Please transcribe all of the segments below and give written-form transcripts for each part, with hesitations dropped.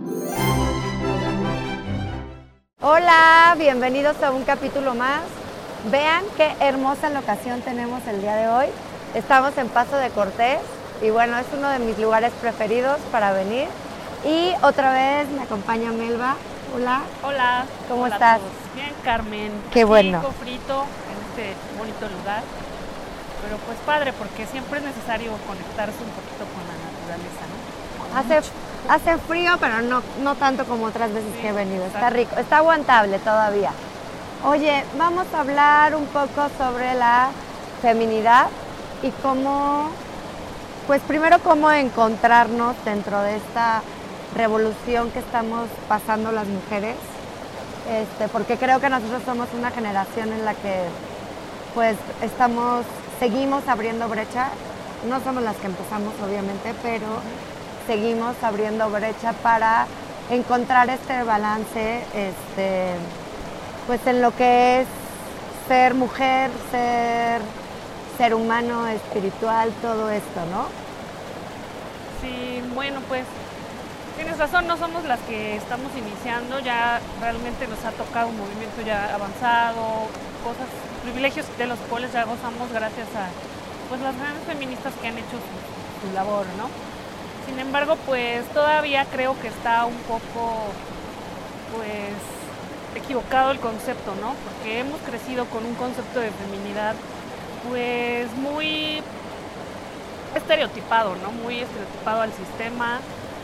Hola, bienvenidos a un capítulo más. Vean qué hermosa locación tenemos el día de hoy. Estamos en Paso de Cortés y bueno, es uno de mis lugares preferidos para venir. Y otra vez me acompaña Melba. Hola. Hola. ¿Cómo Hola estás? A todos. Bien, Carmen. Qué aquí bueno. con frito en este bonito lugar. Pero pues padre, porque siempre es necesario conectarse un poquito con la naturaleza, ¿no? Hace frío, pero no tanto como otras veces que he venido. Exacto. Está rico, está aguantable todavía. Oye, vamos a hablar un poco sobre la feminidad y cómo, pues primero cómo encontrarnos dentro de esta revolución que estamos pasando las mujeres, porque creo que nosotros somos una generación en la que pues seguimos abriendo brecha. No somos las que empezamos, obviamente, pero seguimos abriendo brecha para encontrar este balance, pues en lo que es ser mujer, ser humano, espiritual, todo esto, ¿no? Sí, bueno, pues tienes razón, no somos las que estamos iniciando, ya realmente nos ha tocado un movimiento ya avanzado, cosas, privilegios de los cuales ya gozamos gracias a pues las grandes feministas que han hecho su labor, ¿no? Sin embargo, pues todavía creo que está un poco pues equivocado el concepto, ¿no? Porque hemos crecido con un concepto de feminidad pues muy estereotipado, ¿no? Muy estereotipado al sistema,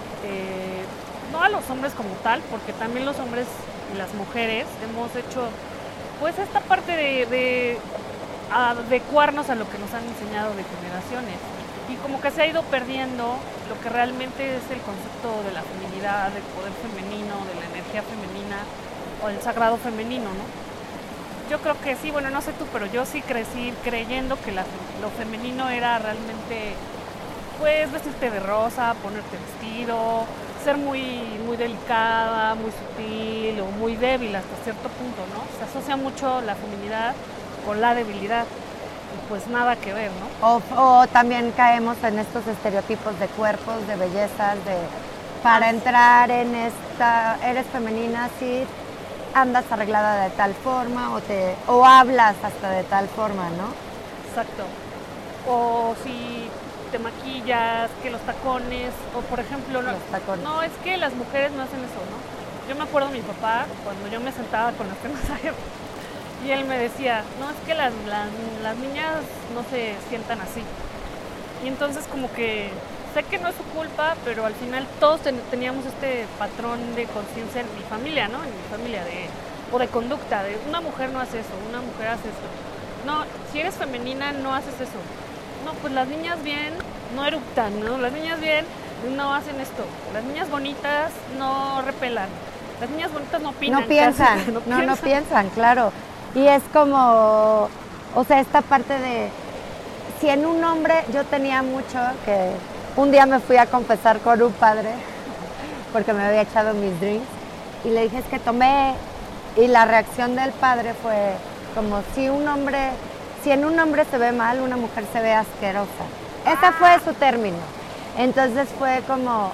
no a los hombres como tal, porque también los hombres y las mujeres hemos hecho pues esta parte de adecuarnos a lo que nos han enseñado de generaciones. Y como que se ha ido perdiendo lo que realmente es el concepto de la feminidad, del poder femenino, de la energía femenina o el sagrado femenino, ¿no? Yo creo que sí, bueno, no sé tú, pero yo sí crecí creyendo que lo femenino era realmente, pues, vestirte de rosa, ponerte vestido, ser muy, muy delicada, muy sutil o muy débil hasta cierto punto, ¿no? Se asocia mucho la feminidad con la debilidad. Pues nada que ver, ¿no? O también caemos en estos estereotipos de cuerpos, de bellezas, para entrar en eres femenina, sí, andas arreglada de tal forma o hablas hasta de tal forma, ¿no? Exacto. O si te maquillas, que los tacones, o por ejemplo, no, es que las mujeres no hacen eso, ¿no? Yo me acuerdo de mi papá, cuando yo me sentaba con las temas ayer, y él me decía, no, es que las niñas no se sientan así. Y entonces como que sé que no es su culpa, pero al final todos teníamos este patrón de conciencia en mi familia, ¿no? En mi familia o de conducta, de una mujer no hace eso, una mujer hace esto. No, si eres femenina no haces eso. No, pues las niñas bien no eructan, ¿no? Las niñas bien no hacen esto. Las niñas bonitas no repelan. Las niñas bonitas no opinan. No piensan, no piensan, claro. Y es como, o sea, esta parte de, si en un hombre, yo tenía mucho que, un día me fui a confesar con un padre, porque me había echado mis drinks, y le dije, es que tomé, y la reacción del padre fue como, si en un hombre se ve mal, una mujer se ve asquerosa. Ese fue su término. Entonces fue como,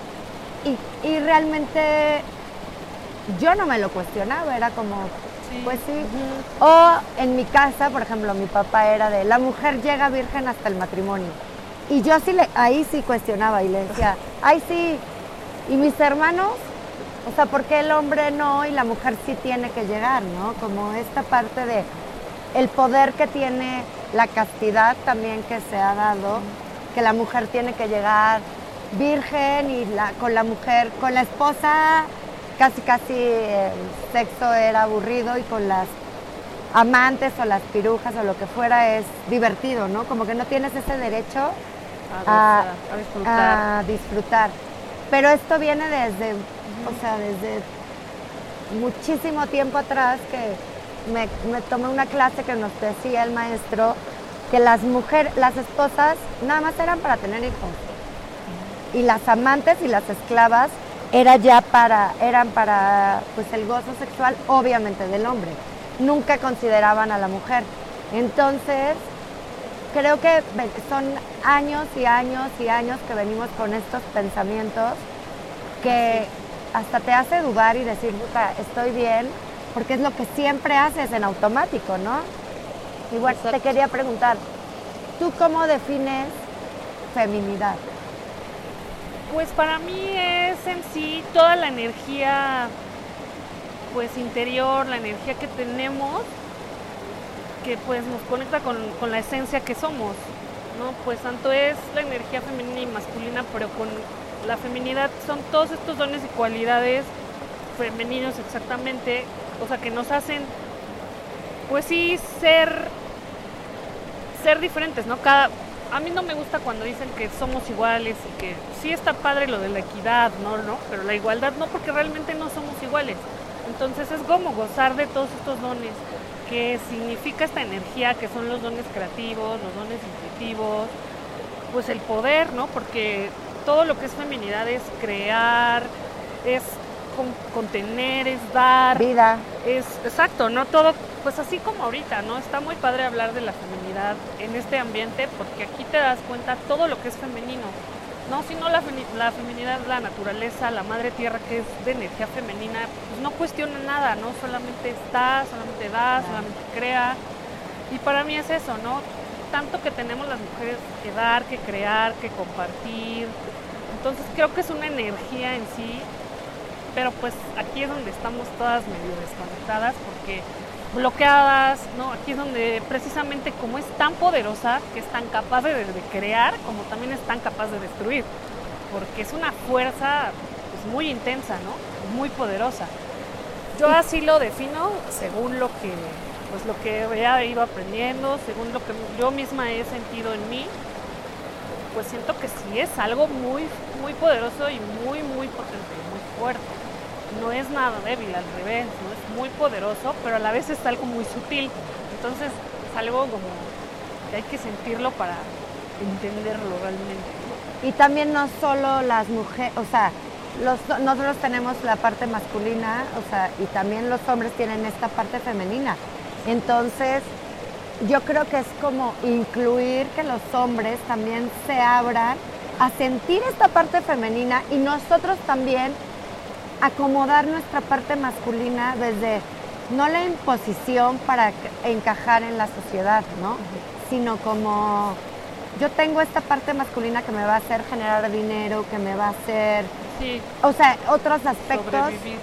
y realmente yo no me lo cuestionaba, era como, sí. Pues sí. Uh-huh. O en mi casa, por ejemplo, mi papá era de, la mujer llega virgen hasta el matrimonio. Y yo ahí sí cuestionaba y le decía, ay sí, y mis hermanos, o sea, ¿por qué el hombre no y la mujer sí tiene que llegar, no? Como esta parte de el poder que tiene la castidad también que se ha dado, que la mujer tiene que llegar virgen y con la mujer, con la esposa casi el sexo era aburrido y con las amantes o las pirujas o lo que fuera es divertido, ¿no? Como que no tienes ese derecho a disfrutar. Pero esto viene desde muchísimo tiempo atrás, que me tomé una clase que nos decía el maestro que las esposas nada más eran para tener hijos y las amantes y las esclavas eran para pues el gozo sexual, obviamente del hombre. Nunca consideraban a la mujer. Entonces creo que son años y años y años que venimos con estos pensamientos que hasta te hace dudar y decir, puta, estoy bien, porque es lo que siempre haces en automático, ¿no? Igual te quería preguntar, ¿tú cómo defines feminidad? Pues para mí es en sí toda la energía pues interior, la energía que tenemos, que pues nos conecta con la esencia que somos, ¿no? Pues tanto es la energía femenina y masculina, pero con la feminidad son todos estos dones y cualidades femeninos exactamente, o sea, que nos hacen, pues sí, ser diferentes, ¿no? A mí no me gusta cuando dicen que somos iguales y que sí está padre lo de la equidad, ¿no? Pero la igualdad no, porque realmente no somos iguales. Entonces es como gozar de todos estos dones, que significa esta energía, que son los dones creativos, los dones intuitivos, pues el poder, ¿no? Porque todo lo que es feminidad es crear, es contener, es dar. Vida. Es, exacto, ¿no? Todo, pues así como ahorita, ¿no? Está muy padre hablar de la feminidad en este ambiente porque aquí te das cuenta todo lo que es femenino. No, sino la feminidad, la naturaleza, la madre tierra, que es de energía femenina, pues no cuestiona nada, ¿no? Solamente está, solamente da, solamente crea. Y para mí es eso, ¿no? Tanto que tenemos las mujeres que dar, que crear, que compartir. Entonces creo que es una energía en sí, pero pues aquí es donde estamos todas medio desconectadas porque bloqueadas, ¿no? Aquí es donde precisamente como es tan poderosa, que es tan capaz de crear, como también es tan capaz de destruir, porque es una fuerza pues, muy intensa, ¿no? Muy poderosa. Yo así lo defino según lo que he ido aprendiendo, según lo que yo misma he sentido en mí, pues siento que sí es algo muy, muy poderoso y muy, muy potente, muy fuerte. No es nada débil, al revés, ¿no? Es muy poderoso, pero a la vez es algo muy sutil. Entonces es algo como que hay que sentirlo para entenderlo realmente. Y también no solo las mujeres, o sea, nosotros tenemos la parte masculina, o sea, y también los hombres tienen esta parte femenina. Entonces, yo creo que es como incluir que los hombres también se abran a sentir esta parte femenina y nosotros también acomodar nuestra parte masculina desde no la imposición para encajar en la sociedad, ¿no? Sino como yo tengo esta parte masculina que me va a hacer generar dinero, que me va a hacer, sí, o sea, otros aspectos sobrevivir.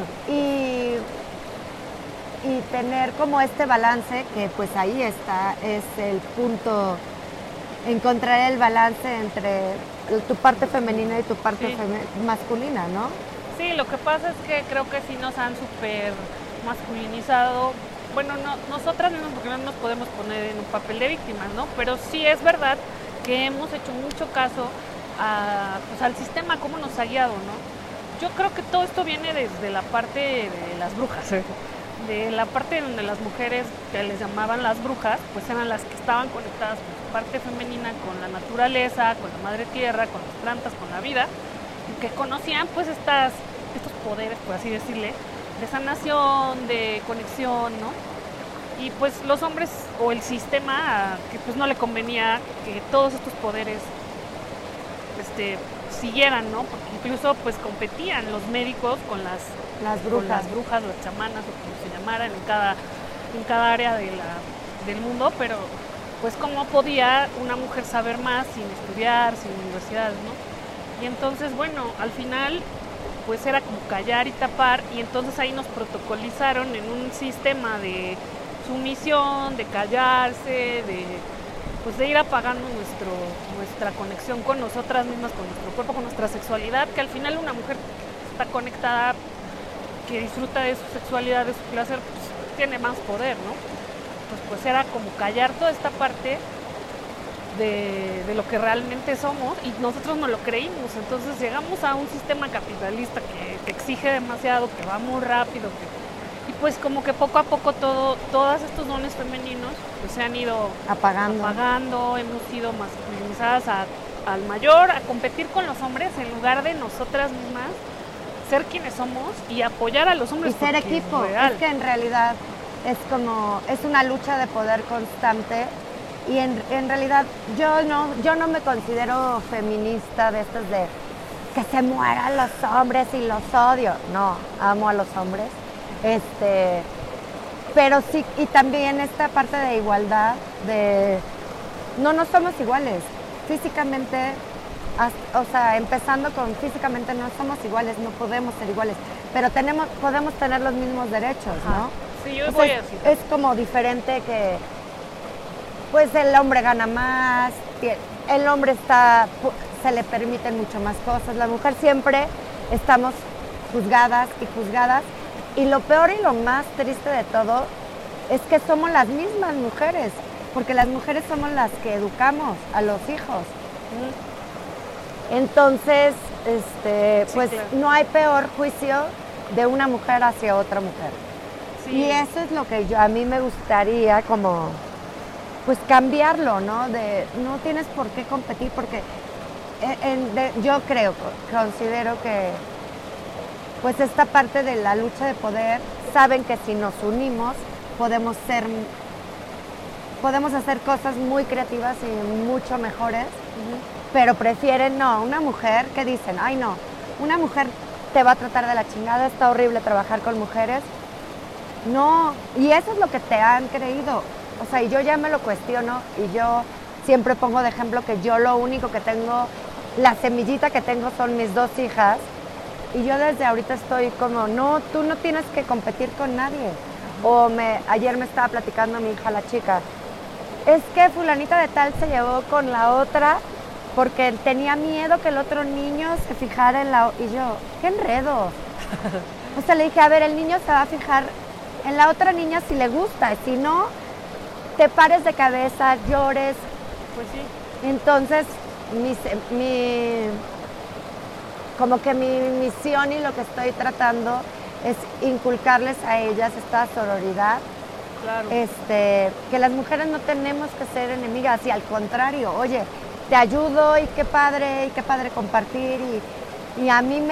y tener como este balance que pues ahí está, es el punto, encontrar el balance entre tu parte femenina y tu parte masculina, ¿no? Sí, lo que pasa es que creo que sí nos han súper masculinizado. Bueno, no, nosotras mismas porque no nos podemos poner en un papel de víctimas, ¿no? Pero sí es verdad que hemos hecho mucho caso pues al sistema, cómo nos ha guiado, ¿no? Yo creo que todo esto viene desde la parte de las brujas, de la parte donde las mujeres que les llamaban las brujas, pues eran las que estaban conectadas con su parte femenina, con la naturaleza, con la madre tierra, con las plantas, con la vida, que conocían pues estos poderes, por así decirle, de sanación, de conexión, ¿no? Y pues los hombres o el sistema que pues no le convenía que todos estos poderes siguieran, ¿no? Porque incluso pues competían los médicos con las brujas, las chamanas o como se llamaran en cada área del mundo, pero pues cómo podía una mujer saber más sin estudiar, sin universidades, ¿no? Y entonces, bueno, al final, pues era como callar y tapar, y entonces ahí nos protocolizaron en un sistema de sumisión, de callarse, de ir apagando nuestra conexión con nosotras mismas, con nuestro cuerpo, con nuestra sexualidad, que al final una mujer que está conectada, que disfruta de su sexualidad, de su placer, pues tiene más poder, ¿no? Pues era como callar toda esta parte de lo que realmente somos y nosotros no lo creímos. Entonces llegamos a un sistema capitalista que exige demasiado, que va muy rápido, y pues como que poco a poco todos estos dones femeninos pues se han ido apagando, hemos sido masculinizadas al mayor, a competir con los hombres en lugar de nosotras mismas ser quienes somos y apoyar a los hombres. Y ser equipo, es que en realidad es una lucha de poder constante. Y en realidad yo no me considero feminista de estas de que se mueran los hombres y los odio. No, amo a los hombres. Pero sí, y también esta parte de igualdad, no somos iguales. Físicamente, o sea, empezando con físicamente no somos iguales, no podemos ser iguales, pero podemos tener los mismos derechos, ¿no? Sí, yo voy a decir. Es como diferente que, pues el hombre gana más, el hombre se le permiten mucho más cosas, la mujer siempre estamos juzgadas y juzgadas, y lo peor y lo más triste de todo es que somos las mismas mujeres, porque las mujeres somos las que educamos a los hijos. Entonces, pues claro, no hay peor juicio de una mujer hacia otra mujer. Sí. Y eso es lo que a mí me gustaría como, pues cambiarlo, ¿no? No tienes por qué competir, porque yo considero que pues esta parte de la lucha de poder, saben que si nos unimos podemos hacer cosas muy creativas y mucho mejores, pero prefieren una mujer que dicen, ay no, una mujer te va a tratar de la chingada, está horrible trabajar con mujeres. No, y eso es lo que te han creído. O sea, y yo ya me lo cuestiono y yo siempre pongo de ejemplo que yo lo único que tengo, la semillita que tengo son mis 2 hijas, y yo desde ahorita estoy como, no, tú no tienes que competir con nadie. Ayer me estaba platicando mi hija, la chica, es que fulanita de tal se llevó con la otra porque tenía miedo que el otro niño se fijara en la... Y yo, qué enredo. O sea, le dije, a ver, el niño se va a fijar en la otra niña si le gusta, si no, te pares de cabeza, llores. Pues sí. Entonces, como que mi misión y lo que estoy tratando es inculcarles a ellas esta sororidad. Claro. Que las mujeres no tenemos que ser enemigas, y al contrario, oye, te ayudo y qué padre compartir, y a mí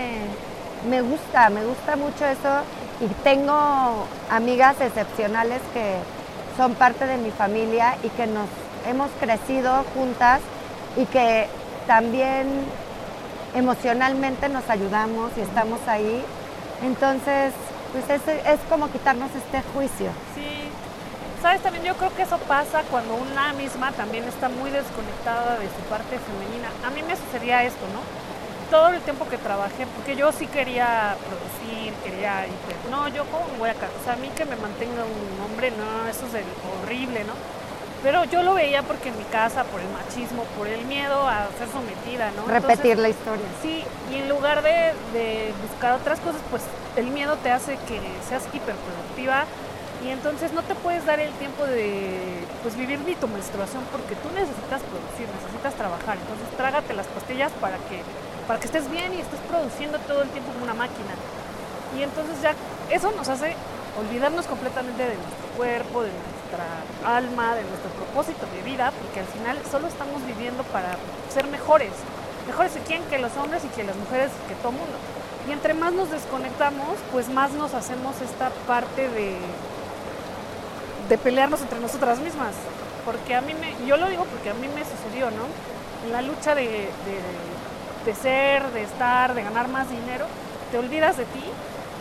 me gusta mucho eso, y tengo amigas excepcionales que son parte de mi familia y que nos hemos crecido juntas y que también emocionalmente nos ayudamos y estamos ahí. Entonces, pues es como quitarnos este juicio. Sí, sabes, también yo creo que eso pasa cuando una misma también está muy desconectada de su parte femenina. A mí me sucedía esto, ¿no? Todo el tiempo que trabajé, porque yo sí quería producir, no, yo cómo me voy a casar, o sea, a mí que me mantenga un hombre, no, eso es horrible, ¿no? Pero yo lo veía porque en mi casa, por el machismo, por el miedo a ser sometida, ¿no? Repetir la historia. Sí, y en lugar de buscar otras cosas, pues el miedo te hace que seas hiperproductiva, y entonces no te puedes dar el tiempo de pues vivir ni tu menstruación, porque tú necesitas producir, necesitas trabajar. Entonces trágate las pastillas para que estés bien y estés produciendo todo el tiempo como una máquina. Y entonces ya eso nos hace olvidarnos completamente de nuestro cuerpo, de nuestra alma, de nuestro propósito de vida, porque al final solo estamos viviendo para ser mejores que quién, que los hombres y que las mujeres, que todo mundo. Y entre más nos desconectamos, pues más nos hacemos esta parte de pelearnos entre nosotras mismas. Porque yo lo digo porque a mí me sucedió, ¿no? En la lucha de ser, de estar, de ganar más dinero, te olvidas de ti.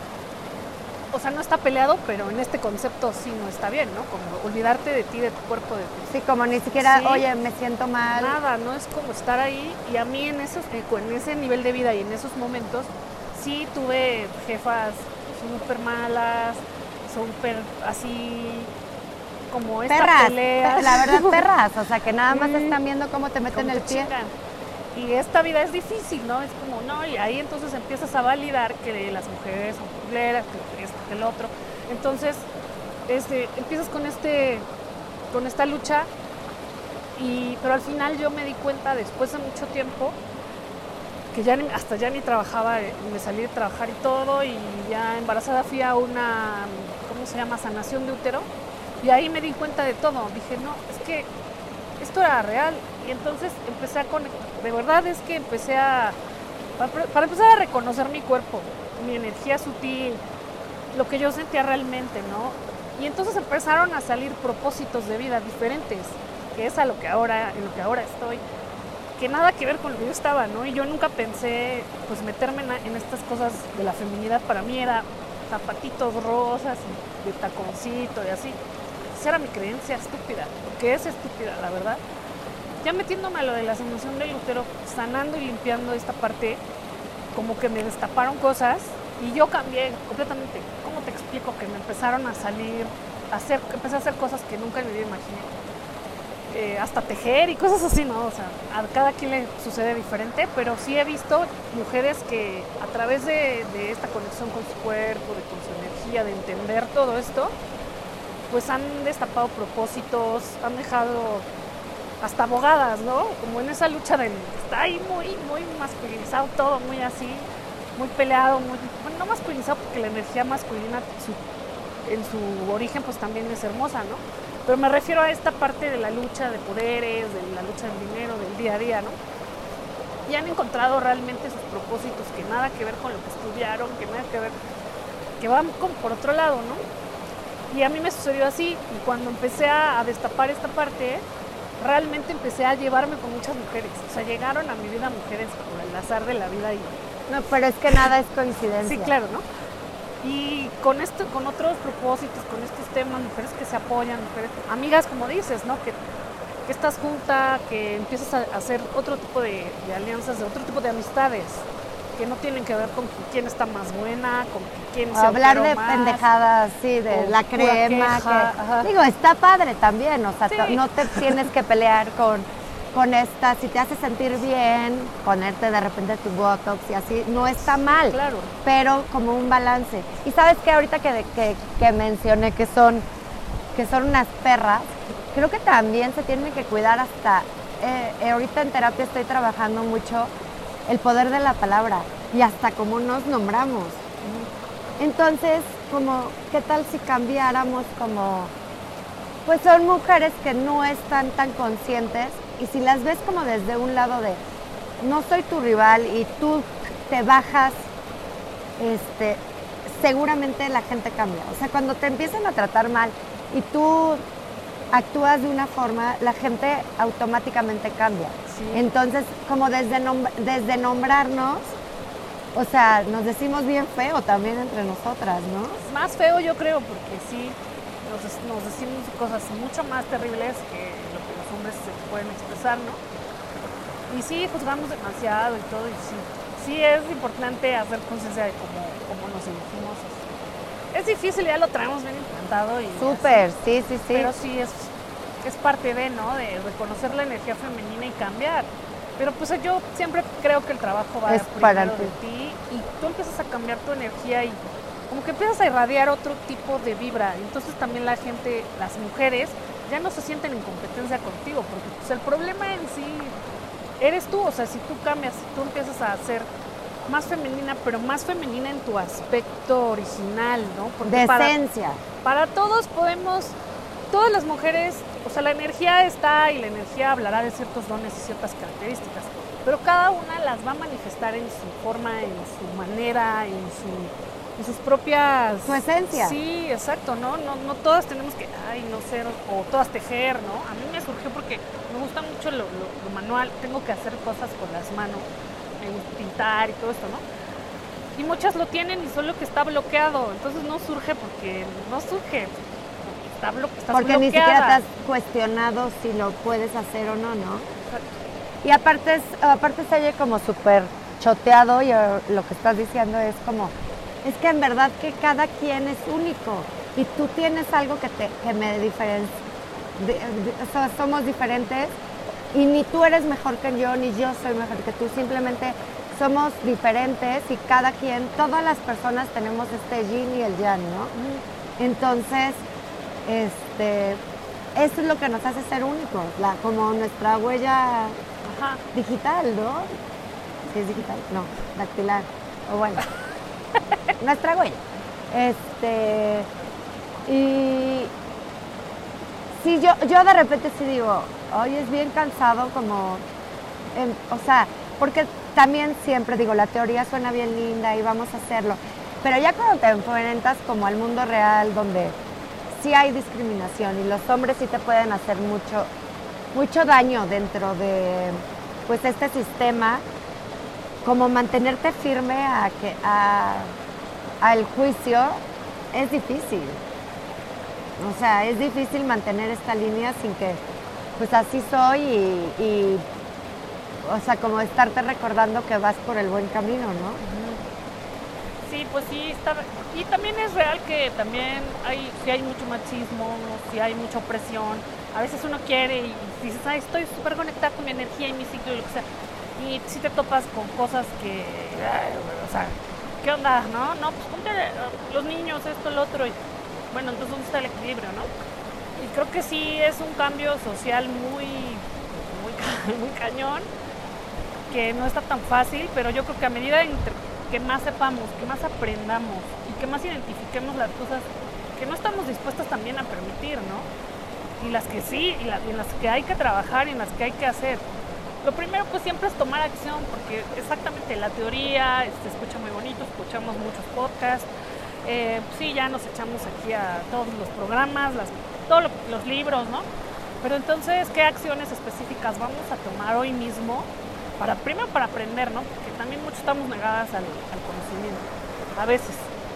O sea, no está peleado, pero en este concepto sí no está bien, ¿no? Como olvidarte de ti, de tu cuerpo, de ti. Sí, como ni siquiera, sí, oye, me siento mal. Nada, no es como estar ahí. Y a mí en ese nivel de vida y en esos momentos, sí tuve jefas súper malas, súper así, como esta perras, pelea. La verdad, perras, o sea, que nada más están viendo cómo te meten el pie. Chingan. Y esta vida es difícil, ¿no? Es como, no, y ahí entonces empiezas a validar que las mujeres son culeras, que esto, que el otro. Entonces, empiezas con esta lucha, pero al final yo me di cuenta, después de mucho tiempo, que ya ni trabajaba, me salí de trabajar y todo, y ya embarazada fui a una, ¿cómo se llama?, sanación de útero, y ahí me di cuenta de todo. Dije, no, es que esto era real. Y entonces empecé a conectar, de verdad es que empecé para empezar a reconocer mi cuerpo, mi energía sutil, lo que yo sentía realmente, ¿no? Y entonces empezaron a salir propósitos de vida diferentes, que es en lo que ahora estoy, que nada que ver con lo que yo estaba, ¿no? Y yo nunca pensé, pues, meterme en estas cosas de la feminidad. Para mí era zapatitos rosas y de taconcito y así. Esa era mi creencia estúpida, porque es estúpida, la verdad. Ya metiéndome a lo de la sanación del útero, sanando y limpiando esta parte, como que me destaparon cosas y yo cambié completamente. ¿Cómo te explico? Que me empezaron a salir, empecé a hacer cosas que nunca en mi vida imaginé. Hasta tejer y cosas así, ¿no? O sea, a cada quien le sucede diferente, pero sí he visto mujeres que a través de esta conexión con su cuerpo, con su energía, de entender todo esto, pues han destapado propósitos, han dejado hasta abogadas, ¿no? Como en esa lucha del... Está ahí muy masculinizado todo, muy así, muy peleado, bueno, no masculinizado porque la energía masculina en su origen pues también es hermosa, ¿no? Pero me refiero a esta parte de la lucha de poderes, de la lucha del dinero, del día a día, ¿no? Y han encontrado realmente sus propósitos que nada que ver con lo que estudiaron, que nada que ver, que van por otro lado, ¿no? Y a mí me sucedió así, y cuando empecé a destapar esta parte, realmente empecé a llevarme con muchas mujeres. O sea, llegaron a mi vida mujeres por el azar de la vida. No, pero es que nada es coincidencia. Sí, claro, ¿no? Y con otros propósitos, con estos temas, mujeres que se apoyan, mujeres, amigas, como dices, ¿no? Que estás junta, que empiezas a hacer otro tipo de alianzas, de otro tipo de amistades, que no tienen que ver con quién está más buena, con quién se hablar de más, pendejadas, sí, de la crema. Digo, está padre también, o sea, sí. No te tienes que pelear con esta, si te hace sentir bien, ponerte de repente tu botox y así, no está mal, claro, pero como un balance. Y sabes que ahorita que mencioné que son unas perras, creo que también se tienen que cuidar hasta, ahorita en terapia estoy trabajando mucho el poder de la palabra y hasta cómo nos nombramos. Entonces, como, ¿qué tal si cambiáramos como, pues son mujeres que no están tan conscientes y si las ves como desde un lado de, no soy tu rival y tú te bajas, seguramente la gente cambia. O sea, cuando te empiezan a tratar mal y tú actúas de una forma, la gente automáticamente cambia. Sí. Entonces, como desde nombrarnos, o sea, nos decimos bien feo también entre nosotras, ¿no? Es más feo, yo creo, porque sí, nos decimos cosas mucho más terribles que lo que los hombres se pueden expresar, ¿no? Y sí, juzgamos demasiado y todo, y sí es importante hacer conciencia de cómo nos dirigimos. Es difícil, ya lo traemos bien implantado. Súper, sí. Pero sí es parte de, ¿no? De reconocer la energía femenina y cambiar. Pero pues yo siempre creo que el trabajo va primero de ti y tú empiezas a cambiar tu energía y como que empiezas a irradiar otro tipo de vibra. Entonces también la gente, las mujeres, ya no se sienten en competencia contigo, porque pues el problema en sí eres tú. O sea, si tú cambias, si tú empiezas a ser más femenina, pero más femenina en tu aspecto original, ¿no? Porque de esencia. Para todos podemos, todas las mujeres, o sea, la energía está y la energía hablará de ciertos dones y ciertas características, pero cada una las va a manifestar en su forma, en su manera, en sus propias... Su esencia. Sí, exacto, ¿no? No todas tenemos que, no ser, o todas tejer, ¿no? A mí me surgió porque me gusta mucho lo manual, tengo que hacer cosas con las manos, pintar y todo esto, ¿no? Y muchas lo tienen y solo que está bloqueado, entonces no surge porque estás porque bloqueada. Ni siquiera te has cuestionado si lo puedes hacer o no, ¿no? Exacto. Y aparte se oye como súper choteado y lo que estás diciendo es como, es que en verdad que cada quien es único y tú tienes algo que me diferencia, o sea, somos diferentes. Y ni tú eres mejor que yo, ni yo soy mejor que tú, simplemente somos diferentes y cada quien, todas las personas tenemos este yin y el yang, ¿no? Entonces, eso es lo que nos hace ser únicos, como nuestra huella digital, ¿no? ¿Sí es digital? No, dactilar, o bueno, nuestra huella. Y sí, yo de repente sí digo, oye, es bien cansado como, o sea, porque también siempre digo, la teoría suena bien linda y vamos a hacerlo, pero ya cuando te enfrentas como al mundo real donde sí hay discriminación y los hombres sí te pueden hacer mucho daño dentro de pues este sistema, como mantenerte firme al juicio es difícil. O sea, es difícil mantener esta línea sin que, pues así soy y o sea, como estarte recordando que vas por el buen camino, ¿no? Sí, pues sí, está, y también es real que también si hay mucho machismo, si hay mucha opresión, a veces uno quiere y dices, ay, estoy súper conectada con mi energía y mi ciclo y lo que sea, y si te topas con cosas que, o sea, ¿qué onda, no? No, pues ponte los niños, esto, lo otro, y bueno, entonces ¿dónde está el equilibrio, no? Y creo que sí es un cambio social muy cañón, que no está tan fácil, pero yo creo que a medida que más sepamos, que más aprendamos y que más identifiquemos las cosas que no estamos dispuestas también a permitir, ¿no? Y las que sí, y en las que hay que trabajar y en las que hay que hacer. Lo primero pues siempre es tomar acción, porque exactamente la teoría se escucha muy bonito, escuchamos muchos podcasts, sí, ya nos echamos aquí a todos los programas, todos los libros, ¿no? Pero entonces, ¿qué acciones específicas vamos a tomar hoy mismo? Primero para aprender, ¿no? Porque también muchos estamos negadas al conocimiento. A veces.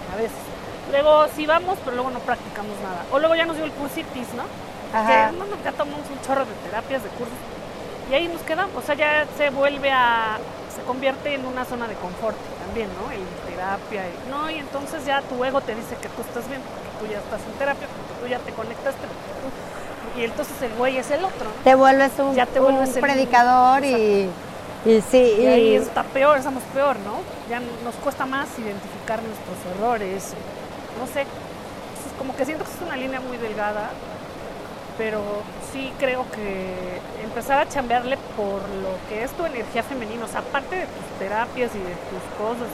Luego sí vamos, pero luego no practicamos nada. O luego ya nos dio el cursitis, ¿no? Ajá. Que ya tomamos un chorro de terapias, de cursos. Y ahí nos quedamos. O sea, ya se convierte en una zona de confort también, ¿no? En terapia. ¿No? Y entonces ya tu ego te dice que tú estás bien, porque tú ya estás en terapia, porque tú ya te conectaste. Y entonces el güey es el otro, ¿no? Te vuelves un predicador y sí. Y ahí está peor, estamos peor, ¿no? Ya nos cuesta más identificar nuestros errores. No sé, es como que siento que es una línea muy delgada, pero sí creo que empezar a chambearle por lo que es tu energía femenina, o sea, aparte de tus terapias y de tus cosas,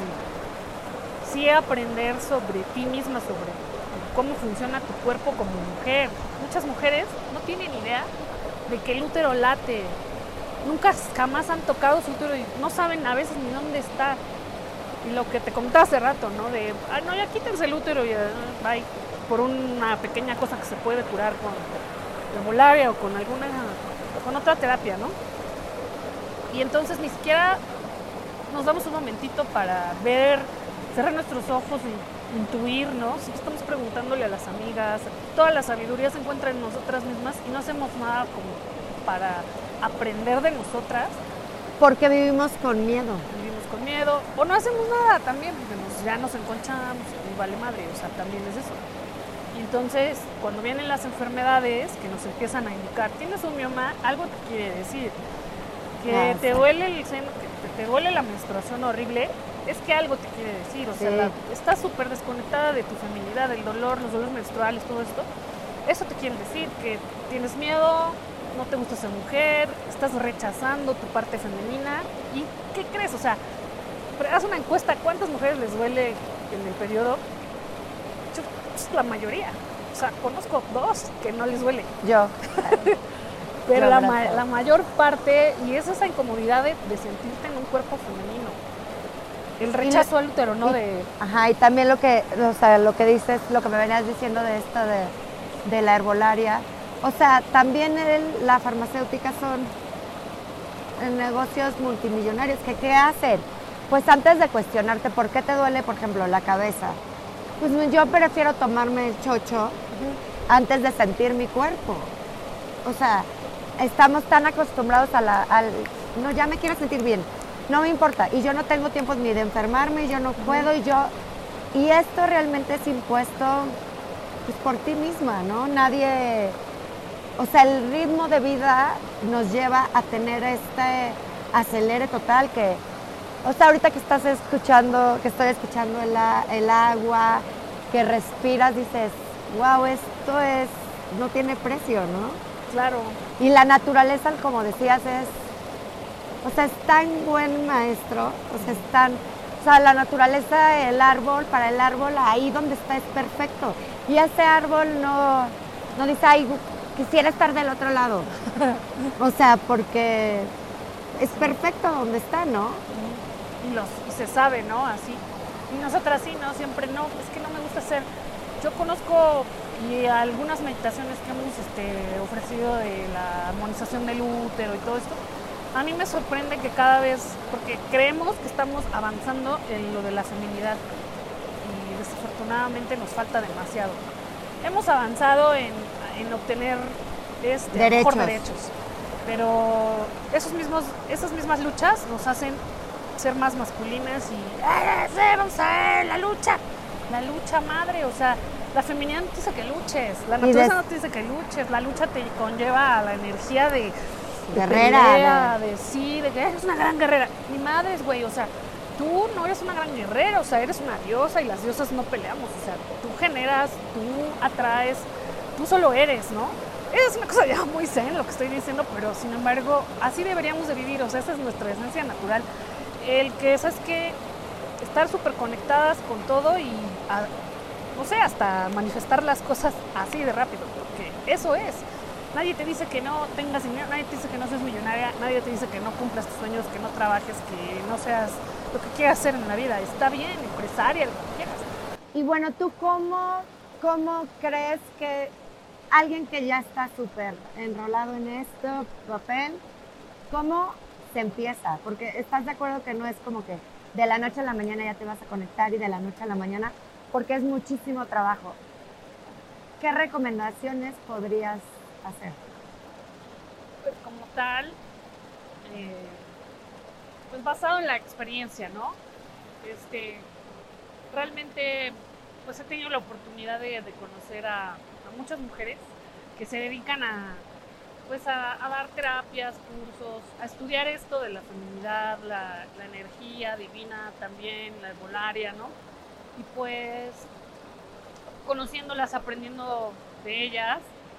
y sí aprender sobre ti misma, sobre cómo funciona tu cuerpo como mujer. Muchas mujeres no tienen idea de que el útero late. Nunca jamás han tocado su útero y no saben a veces ni dónde está. Y lo que te contaba hace rato, ¿no? De, no, ya quítense el útero y bye, por una pequeña cosa que se puede curar con herbolaria o con otra terapia, ¿no? Y entonces ni siquiera nos damos un momentito para cerrar nuestros ojos y intuir, ¿no? Si estamos preguntándole a las amigas, toda la sabiduría se encuentra en nosotras mismas y no hacemos nada como para aprender de nosotras. Porque vivimos con miedo. O no hacemos nada también, porque ya nos enconchamos y vale madre, o sea, también es eso. Y entonces, cuando vienen las enfermedades que nos empiezan a indicar, tienes un mioma, algo te quiere decir. Que te duele el seno, que te duele la menstruación horrible, es que algo te quiere decir, o sea, estás súper desconectada de tu feminidad, del dolor, los dolores menstruales, todo esto. Eso te quiere decir que tienes miedo, no te gusta ser mujer, estás rechazando tu parte femenina. ¿Y qué crees? O sea, haz una encuesta, ¿cuántas mujeres les duele en el periodo? La mayoría. O sea, conozco 2 que no les duele. Yo. Pero la mayor parte, y es esa incomodidad de sentirte en un cuerpo femenino. El rechazo al útero, ¿no? Ajá, y también lo que dices, lo que me venías diciendo de esto de la herbolaria. O sea, también la farmacéutica son negocios multimillonarios. ¿Qué hacen? Pues antes de cuestionarte por qué te duele, por ejemplo, la cabeza, pues yo prefiero tomarme el chocho antes de sentir mi cuerpo. O sea, estamos tan acostumbrados no, ya me quiero sentir bien, no me importa, y yo no tengo tiempo ni de enfermarme, y yo no puedo, y esto realmente es impuesto pues por ti misma, ¿no? Nadie, o sea, el ritmo de vida nos lleva a tener este acelere total que, o sea, ahorita que estoy escuchando el agua, que respiras, dices, wow, esto no tiene precio, ¿no? Claro. Y la naturaleza, como decías, es tan buen maestro, la naturaleza, para el árbol, ahí donde está es perfecto. Y ese árbol no dice, ay, quisiera estar del otro lado. O sea, porque es perfecto donde está, ¿no? Y se sabe, ¿no? Así. Y nosotras sí, ¿no? Siempre no, es que no me gusta hacer. Yo conozco y algunas meditaciones que hemos ofrecido de la armonización del útero y todo esto, A mí me sorprende que cada vez, porque creemos que estamos avanzando en lo de la feminidad y desafortunadamente nos falta demasiado. Hemos avanzado en obtener a lo mejor derechos, pero esas mismas luchas nos hacen ser más masculinas y vamos a ver la lucha madre, o sea, la feminidad no te dice que luches, la naturaleza no te dice que luches, la lucha te conlleva a la energía de guerrera, de que eres una gran guerrera. Ni madres, güey, o sea, tú no eres una gran guerrera, o sea, eres una diosa y las diosas no peleamos, o sea, tú generas, tú atraes, tú solo eres, ¿no? Es una cosa ya muy zen lo que estoy diciendo, pero sin embargo, así deberíamos de vivir, o sea, esa es nuestra esencia natural. El que, ¿sabes qué? Estar súper conectadas con todo y, no sé, hasta manifestar las cosas así de rápido, porque eso es. Nadie te dice que no tengas dinero, nadie te dice que no seas millonaria, nadie te dice que no cumplas tus sueños, que no trabajes, que no seas lo que quieras hacer en la vida. Está bien, empresaria, lo que quieras. Y bueno, ¿tú cómo crees que alguien que ya está súper enrolado en esto, papel, cómo se empieza? Porque estás de acuerdo que no es como que de la noche a la mañana ya te vas a conectar y de la noche a la mañana, porque es muchísimo trabajo. ¿Qué recomendaciones podrías hacer? Pues como tal, pues basado en la experiencia, ¿no? Realmente pues he tenido la oportunidad de conocer a muchas mujeres que se dedican a dar terapias, cursos, a estudiar esto de la feminidad, la energía divina también, la herbolaria, ¿no? Y pues conociéndolas, aprendiendo de ellas,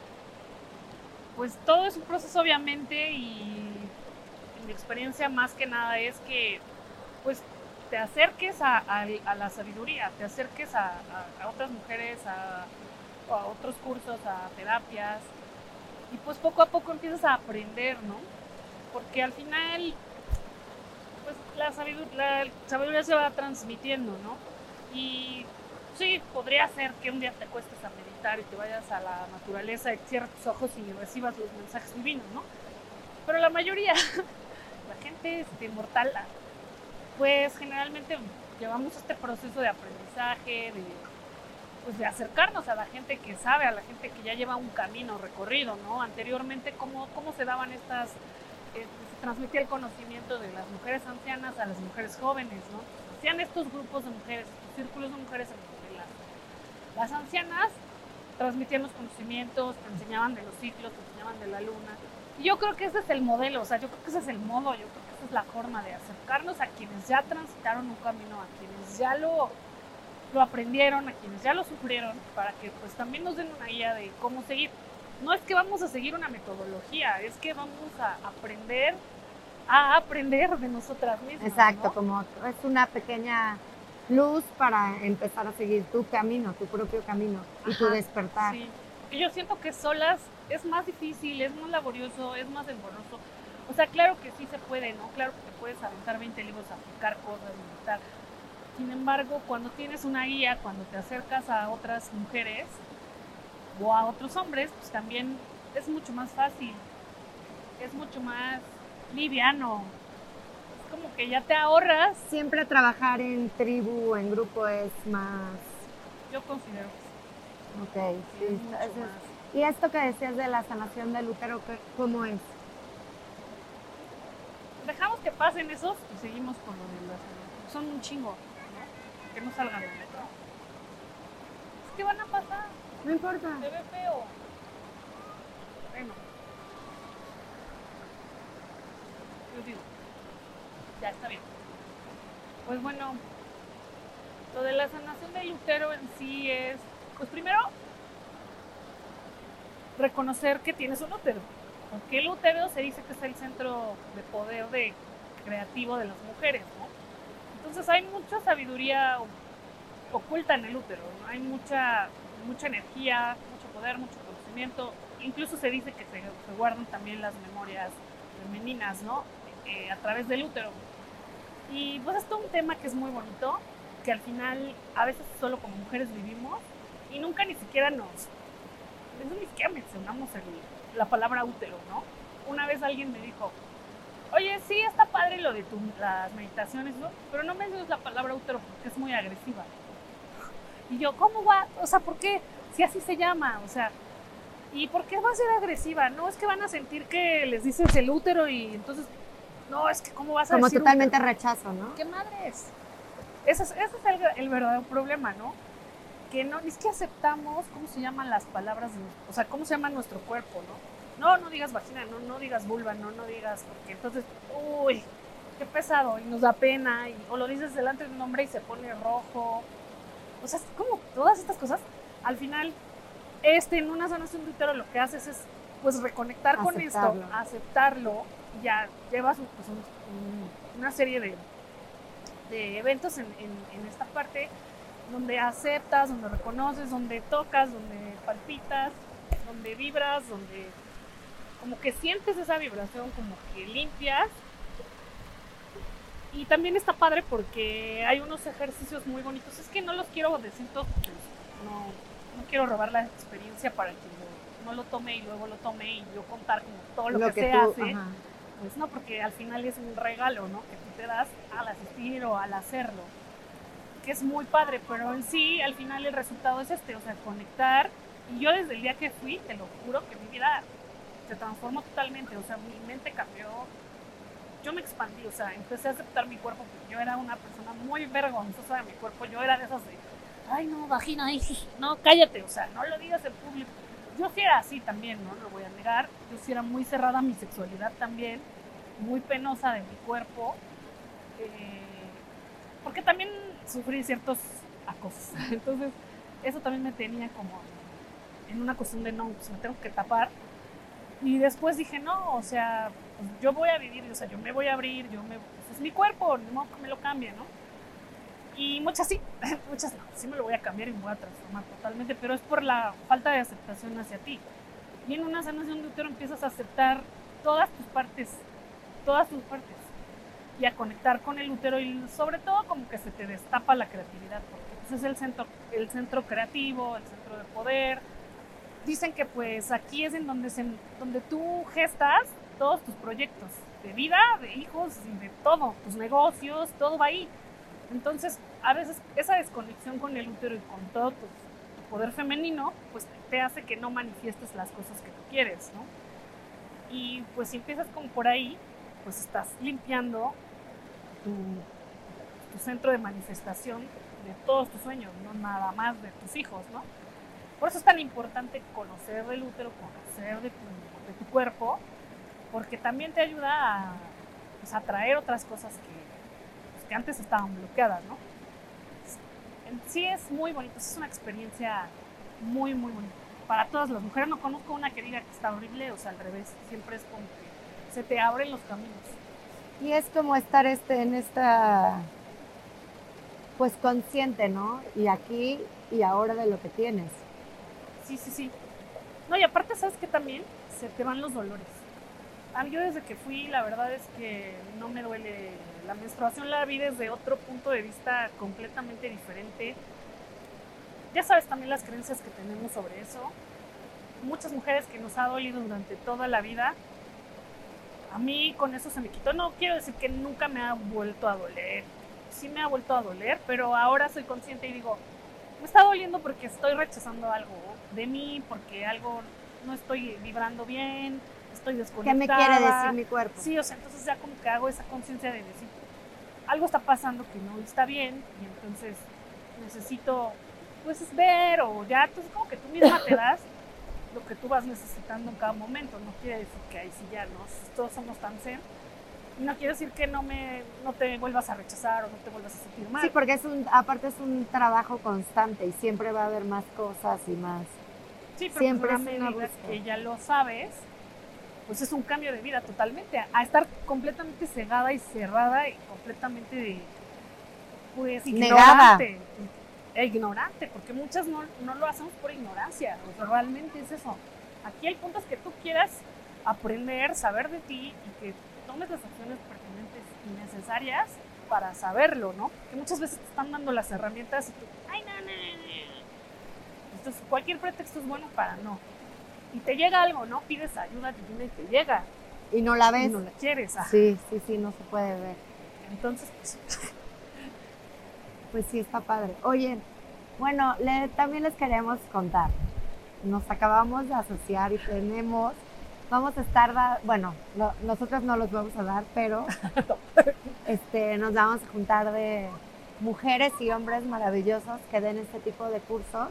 pues todo es un proceso obviamente, y mi experiencia más que nada es que pues te acerques a la sabiduría, te acerques a otras mujeres, a otros cursos, a terapias, y pues poco a poco empiezas a aprender, ¿no? Porque al final pues la sabiduría se va transmitiendo, ¿no? Y sí, podría ser que un día te acuestes a meditar y te vayas a la naturaleza y cierres tus ojos y recibas los mensajes divinos, ¿no? Pero la mayoría, la gente mortal, pues generalmente llevamos este proceso de aprendizaje, de acercarnos a la gente que sabe, a la gente que ya lleva un camino recorrido, ¿no? Anteriormente, ¿cómo se daban estas, se transmitía el conocimiento de las mujeres ancianas a las mujeres jóvenes, ¿no? Hacían estos grupos de mujeres, estos círculos de mujeres en donde las ancianas transmitían los conocimientos, te enseñaban de los ciclos, te enseñaban de la luna. Y yo creo que ese es el modelo, o sea, yo creo que ese es el modo, yo creo que esa es la forma de acercarnos a quienes ya transitaron un camino, a quienes ya lo aprendieron, a quienes ya lo sufrieron, para que pues también nos den una guía de cómo seguir. No es que vamos a seguir una metodología, es que vamos a aprender de nosotras mismas. Exacto, ¿no? como es una pequeña luz para empezar a seguir tu camino, tu propio camino y tu despertar. Sí. Y yo siento que solas es más difícil, es más laborioso, es más engorroso. O sea, claro que sí se puede, ¿no? Claro que te puedes aventar 20 libros a aplicar cosas, meditar. Sin embargo, cuando tienes una guía, cuando te acercas a otras mujeres o a otros hombres, pues también es mucho más fácil, es mucho más liviano. Es como que ya te ahorras. Siempre trabajar en tribu, en grupo es más... Yo considero que sí. Ok, sí. Y esto que decías de la sanación del útero, ¿cómo es? Dejamos que pasen esos y seguimos con lo de las... Son un chingo, ¿no? Que no salgan de metro. Es que van a pasar. No importa. Se ve feo. Bueno. Yo digo, ya está bien. Pues bueno, lo de la sanación del útero en sí es, pues primero, reconocer que tienes un útero. Porque el útero se dice que es el centro de poder creativo de las mujeres, ¿no? Entonces hay mucha sabiduría oculta en el útero, ¿no? Hay mucha energía, mucho poder, mucho conocimiento. Incluso se dice que se guardan también las memorias femeninas, ¿no? A través del útero. Y pues esto es un tema que es muy bonito, que al final a veces solo como mujeres vivimos y nunca ni siquiera mencionamos la palabra útero, ¿no? Una vez alguien me dijo, Oye, sí, está padre lo de las meditaciones, ¿no? Pero no me digas la palabra útero porque es muy agresiva. Y yo, ¿cómo va? O sea, ¿por qué? Si así se llama, o sea, ¿y por qué va a ser agresiva? No, es que van a sentir que les dices el útero y entonces, no, es que ¿cómo vas a Como decir totalmente útero? rechazo, ¿no? ¿Qué madres? Ese es el verdadero problema, ¿no? Que no, es que aceptamos cómo se llaman las palabras, o sea, cómo se llama nuestro cuerpo, ¿no? No, no digas vagina, no, no digas vulva, no, no digas, porque entonces, uy, qué pesado, y nos da pena, o lo dices delante de un hombre y se pone rojo. O sea, es como todas estas cosas, al final, en una sanación de útero lo que haces es, pues, reconectar con esto, aceptarlo, y ya llevas pues, una serie de eventos en esta parte donde aceptas, donde reconoces, donde tocas, donde palpitas, donde vibras, donde como que sientes esa vibración, como que limpias. Y también está padre porque hay unos ejercicios muy bonitos. Es que no los quiero decir todos porque no quiero robar la experiencia para que no lo tome y luego lo tome y yo contar como todo lo que se hace. Ajá. Pues no, porque al final es un regalo, ¿no? Que tú te das al asistir o al hacerlo. Que es muy padre, pero en sí, al final el resultado es o sea, conectar. Y yo desde el día que fui, te lo juro que mi vida se transformó totalmente, o sea, mi mente cambió, yo me expandí, o sea, empecé a aceptar mi cuerpo, porque yo era una persona muy vergonzosa de mi cuerpo, yo era de esas de, ay no, vagina, ay, no, cállate, o sea, no lo digas en público. Yo sí era así también, no lo voy a negar, yo sí era muy cerrada a mi sexualidad también, muy penosa de mi cuerpo, porque también sufrí ciertos acosos, entonces eso también me tenía como en una cuestión de no, pues me tengo que tapar. Y después dije, no, o sea, pues yo voy a vivir, o sea, yo me voy a abrir, pues es mi cuerpo, no que me lo cambie, ¿no? Y muchas sí, muchas no, sí me lo voy a cambiar y me voy a transformar totalmente, pero es por la falta de aceptación hacia ti. Y en una sanación de útero empiezas a aceptar todas tus partes, y a conectar con el útero y sobre todo como que se te destapa la creatividad, porque pues es el centro creativo, el centro de poder. Dicen que pues aquí es en donde tú gestas todos tus proyectos de vida, de hijos y de todo, tus negocios, todo va ahí. Entonces, a veces esa desconexión con el útero y con todo tu poder femenino, pues te hace que no manifiestes las cosas que tú quieres, ¿no? Y pues si empiezas como por ahí, pues estás limpiando tu centro de manifestación de todos tus sueños, no nada más de tus hijos, ¿no? Por eso es tan importante conocer el útero, conocer de tu cuerpo, porque también te ayuda a pues, atraer otras cosas que antes estaban bloqueadas, ¿no? En sí es muy bonito, es una experiencia muy, muy bonita. Para todas las mujeres, no conozco una que diga que está horrible, o sea, al revés, siempre es como que se te abren los caminos. Y es como estar en esta, pues consciente, ¿no? Y aquí y ahora de lo que tienes. Sí. No, y aparte, ¿sabes qué? También se te van los dolores. Yo desde que fui, la verdad es que no me duele. La menstruación la vi desde otro punto de vista completamente diferente. Ya sabes también las creencias que tenemos sobre eso. Muchas mujeres que nos ha dolido durante toda la vida. A mí con eso se me quitó. No quiero decir que nunca me ha vuelto a doler. Sí me ha vuelto a doler, pero ahora soy consciente y digo, me está doliendo porque estoy rechazando algo de mí, porque algo no estoy vibrando bien, estoy desconectada. ¿Qué me quiere decir mi cuerpo? Sí, o sea, entonces ya como que hago esa conciencia de decir, algo está pasando que no está bien y entonces necesito pues ver o ya, entonces como que tú misma te das lo que tú vas necesitando en cada momento. No quiere decir que ahí sí ya todos somos tan zen. No quiere decir que no te vuelvas a rechazar o no te vuelvas a sentir mal. Sí, porque aparte es un trabajo constante y siempre va a haber más cosas y más. Sí, pero siempre pues a medida que ya lo sabes, pues es un cambio de vida totalmente. A estar completamente cegada y cerrada y completamente pues ignorante. Ignorante, porque muchas no lo hacemos por ignorancia, o sea, realmente es eso. Aquí el punto es que tú quieras aprender, saber de ti y que tomes las acciones pertinentes y necesarias para saberlo, ¿no? Que muchas veces te están dando las herramientas y tú, ay, no. Entonces, cualquier pretexto es bueno para no. Y te llega algo, ¿no? Pides ayuda divina y te llega. Y no la y ves. no la quieres. Sí, no se puede ver. Entonces, pues sí, está padre. Oye, bueno, también les queremos contar. Nos acabamos de asociar y vamos a estar, bueno, nosotros no los vamos a dar, pero nos vamos a juntar de mujeres y hombres maravillosos que den este tipo de cursos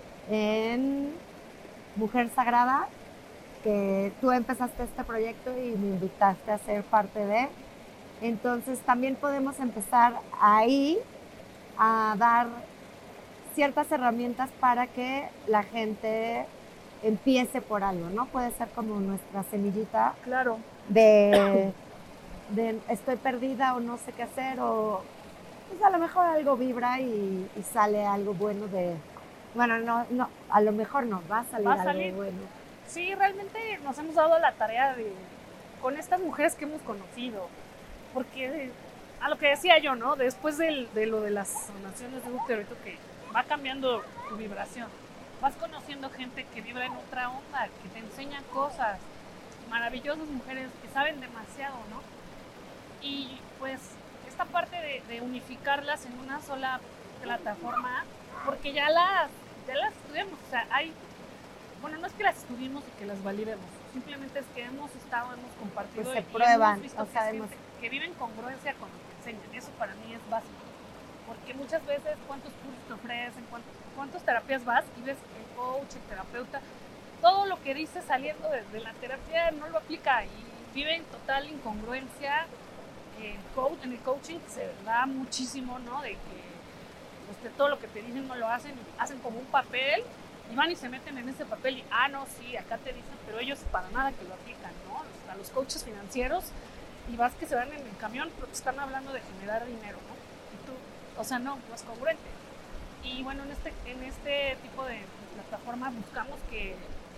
en Mujer Sagrada, que tú empezaste este proyecto y me invitaste a ser parte de. Entonces también podemos empezar ahí a dar ciertas herramientas para que la gente empiece por algo, ¿no? Puede ser como nuestra semillita. Claro. De estoy perdida o no sé qué hacer, o pues a lo mejor algo vibra y sale algo bueno de... Bueno, no, a lo mejor no, va a salir algo bueno. Sí, realmente nos hemos dado la tarea con estas mujeres que hemos conocido, porque a lo que decía yo, ¿no? Después de lo de las sanaciones de útero, que va cambiando tu vibración, vas conociendo gente que vibra en otra onda, que te enseñan cosas, maravillosas mujeres que saben demasiado, ¿no? Y pues esta parte de unificarlas en una sola plataforma, porque ya las estudiamos, o sea, bueno, no es que las estudiemos y que las validemos, simplemente es que hemos compartido, pues se prueban, hemos visto que viven congruencia con lo que enseñan. Eso para mí es básico, porque muchas veces cuántos cursos te ofrecen, cuántas terapias vas y ves el coach, el terapeuta, todo lo que dice saliendo de la terapia no lo aplica y vive en total incongruencia. En el coaching se da muchísimo, ¿no? De que todo lo que te dicen no lo hacen, y hacen como un papel y van y se meten en ese papel y, no, sí, acá te dicen, pero ellos para nada que lo aplican, ¿no? A los coaches financieros, y vas que se van en el camión, pero te están hablando de generar dinero, ¿no? Y tú, o sea, no es congruente. Y bueno, en este tipo de plataformas buscamos que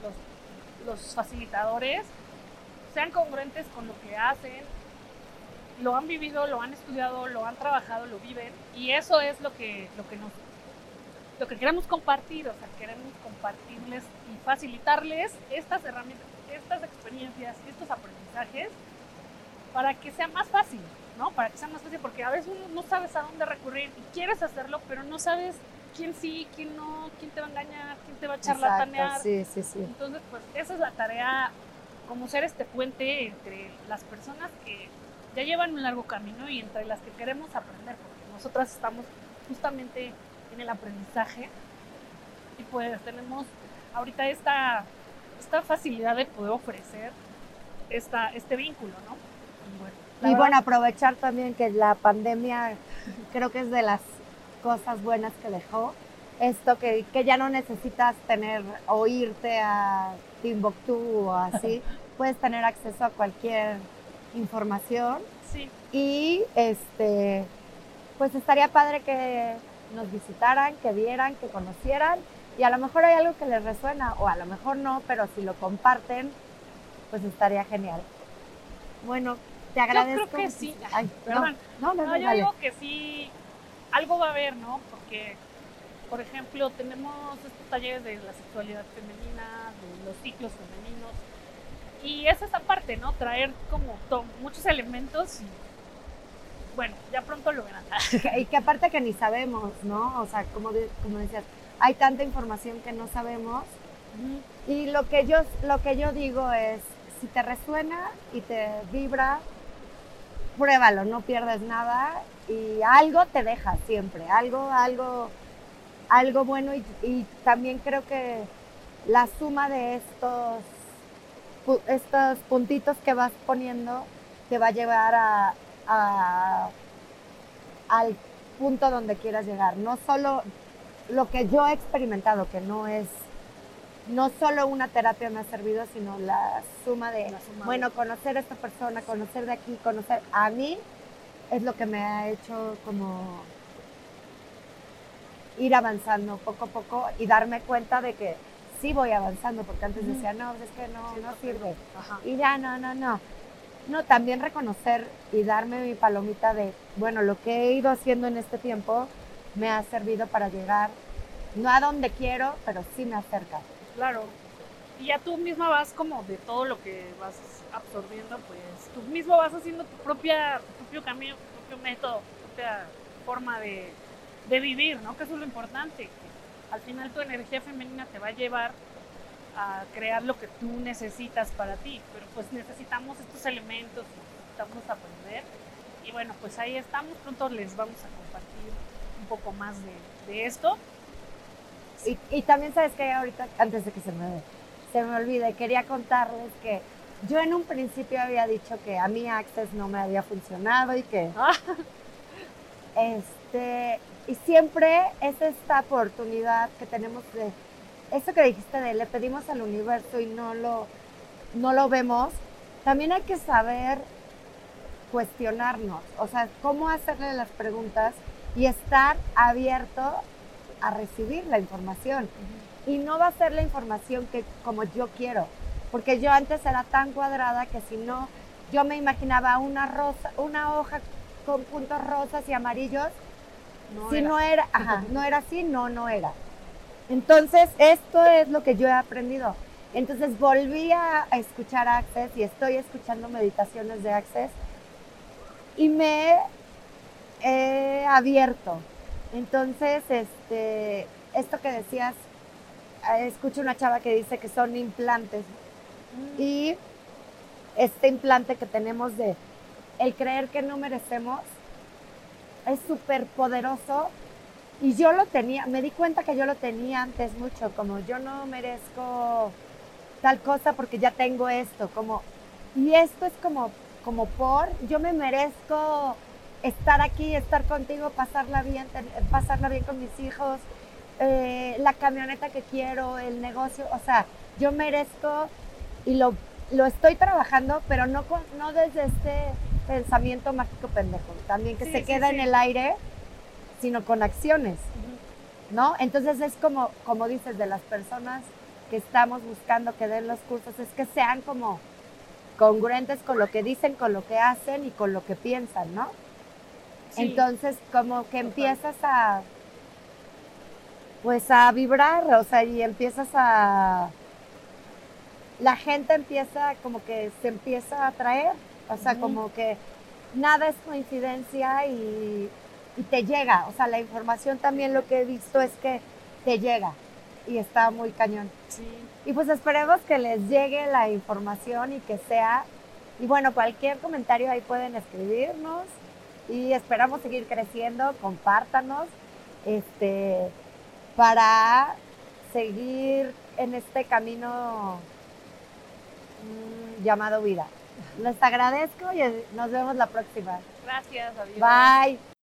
los facilitadores sean congruentes con lo que hacen, lo han vivido, lo han estudiado, lo han trabajado, lo viven, y eso es lo que queremos compartir. O sea, queremos compartirles y facilitarles estas herramientas, estas experiencias, estos aprendizajes para que sea más fácil, ¿no? Para que sea más fácil, porque a veces uno no sabes a dónde recurrir y quieres hacerlo, pero no sabes quién sí, quién no, quién te va a engañar, quién te va a charlatanear. Sí. Entonces, pues esa es la tarea, como ser este puente entre las personas que ya llevan un largo camino y entre las que queremos aprender, porque nosotras estamos justamente en el aprendizaje y pues tenemos ahorita esta facilidad de poder ofrecer este vínculo, ¿no? Y bueno, aprovechar también que la pandemia creo que es de las cosas buenas que dejó, esto que ya no necesitas o irte a Timbuktu o así, puedes tener acceso a cualquier información. Sí. Y pues estaría padre que nos visitaran, que vieran, que conocieran, y a lo mejor hay algo que les resuena o a lo mejor no, pero si lo comparten, pues estaría genial. Bueno, te agradezco. Yo creo que sí. Ay, perdón. No, yo digo que sí, algo va a haber, ¿no? Porque, por ejemplo, tenemos estos talleres de la sexualidad femenina, de los ciclos femeninos, y es esa parte, ¿no? Traer como muchos elementos y, bueno, ya pronto lo verán. Y que aparte que ni sabemos, ¿no? O sea, como decías, hay tanta información que no sabemos. Y lo que yo digo es, si te resuena y te vibra, pruébalo, no pierdes nada y algo te deja siempre, algo bueno, y también creo que la suma de estos puntitos que vas poniendo te va a llevar al punto donde quieras llegar. No solo lo que yo he experimentado, que no solo una terapia me ha servido, sino la suma de conocer a esta persona, conocer de aquí, conocer a mí, es lo que me ha hecho como ir avanzando poco a poco y darme cuenta de que sí voy avanzando, porque antes decía, no, es que no sirve. Ajá. Y ya, no. No, también reconocer y darme mi palomita de, bueno, lo que he ido haciendo en este tiempo me ha servido para llegar, no a donde quiero, pero sí me acerca. Claro. Y ya tú misma vas como de todo lo que vas absorbiendo, pues tú mismo vas haciendo tu propio camino, tu propio método, tu propia forma de vivir, ¿no? Que eso es lo importante. Que al final tu energía femenina te va a llevar a crear lo que tú necesitas para ti, pero pues necesitamos estos elementos, necesitamos aprender. Y bueno, pues ahí estamos, pronto les vamos a compartir un poco más de esto. Y también sabes que ahorita, antes de que se me olvide, quería contarles que yo en un principio había dicho que a mí Access no me había funcionado y que y siempre es esta oportunidad que tenemos de eso que dijiste de le pedimos al universo y no lo vemos. También hay que saber cuestionarnos, o sea, cómo hacerle las preguntas y estar abierto a recibir la información. Y no va a ser la información que como yo quiero, porque yo antes era tan cuadrada que si no, yo me imaginaba una hoja con puntos rosas y amarillos. Si no era, no era así, no era. Entonces, esto es lo que yo he aprendido. Entonces volví a escuchar Access y estoy escuchando meditaciones de Access y me he abierto. Entonces, esto que decías, escucho una chava que dice que son implantes y este implante que tenemos de el creer que no merecemos es súper poderoso y yo lo tenía, me di cuenta que yo lo tenía antes mucho, como yo no merezco tal cosa porque ya tengo esto, y esto es como yo me merezco estar aquí, estar contigo, pasarla bien con mis hijos, la camioneta que quiero, el negocio, o sea, yo merezco y lo estoy trabajando, pero no desde este pensamiento mágico pendejo, también que se queda en el aire, sino con acciones, ¿no? Entonces es como dices, de las personas que estamos buscando que den los cursos, es que sean como congruentes con lo que dicen, con lo que hacen y con lo que piensan, ¿no? Sí. Entonces como que empiezas a vibrar, o sea, y empiezas la gente empieza como que se empieza a atraer, o sea, como que nada es coincidencia y te llega, o sea, la información también lo que he visto es que te llega y está muy cañón. Sí. Y pues esperemos que les llegue la información y que sea, y bueno, cualquier comentario ahí pueden escribirnos y esperamos seguir creciendo, compártanos, para seguir en este camino llamado vida. Les agradezco y nos vemos la próxima. Gracias, adiós. Bye.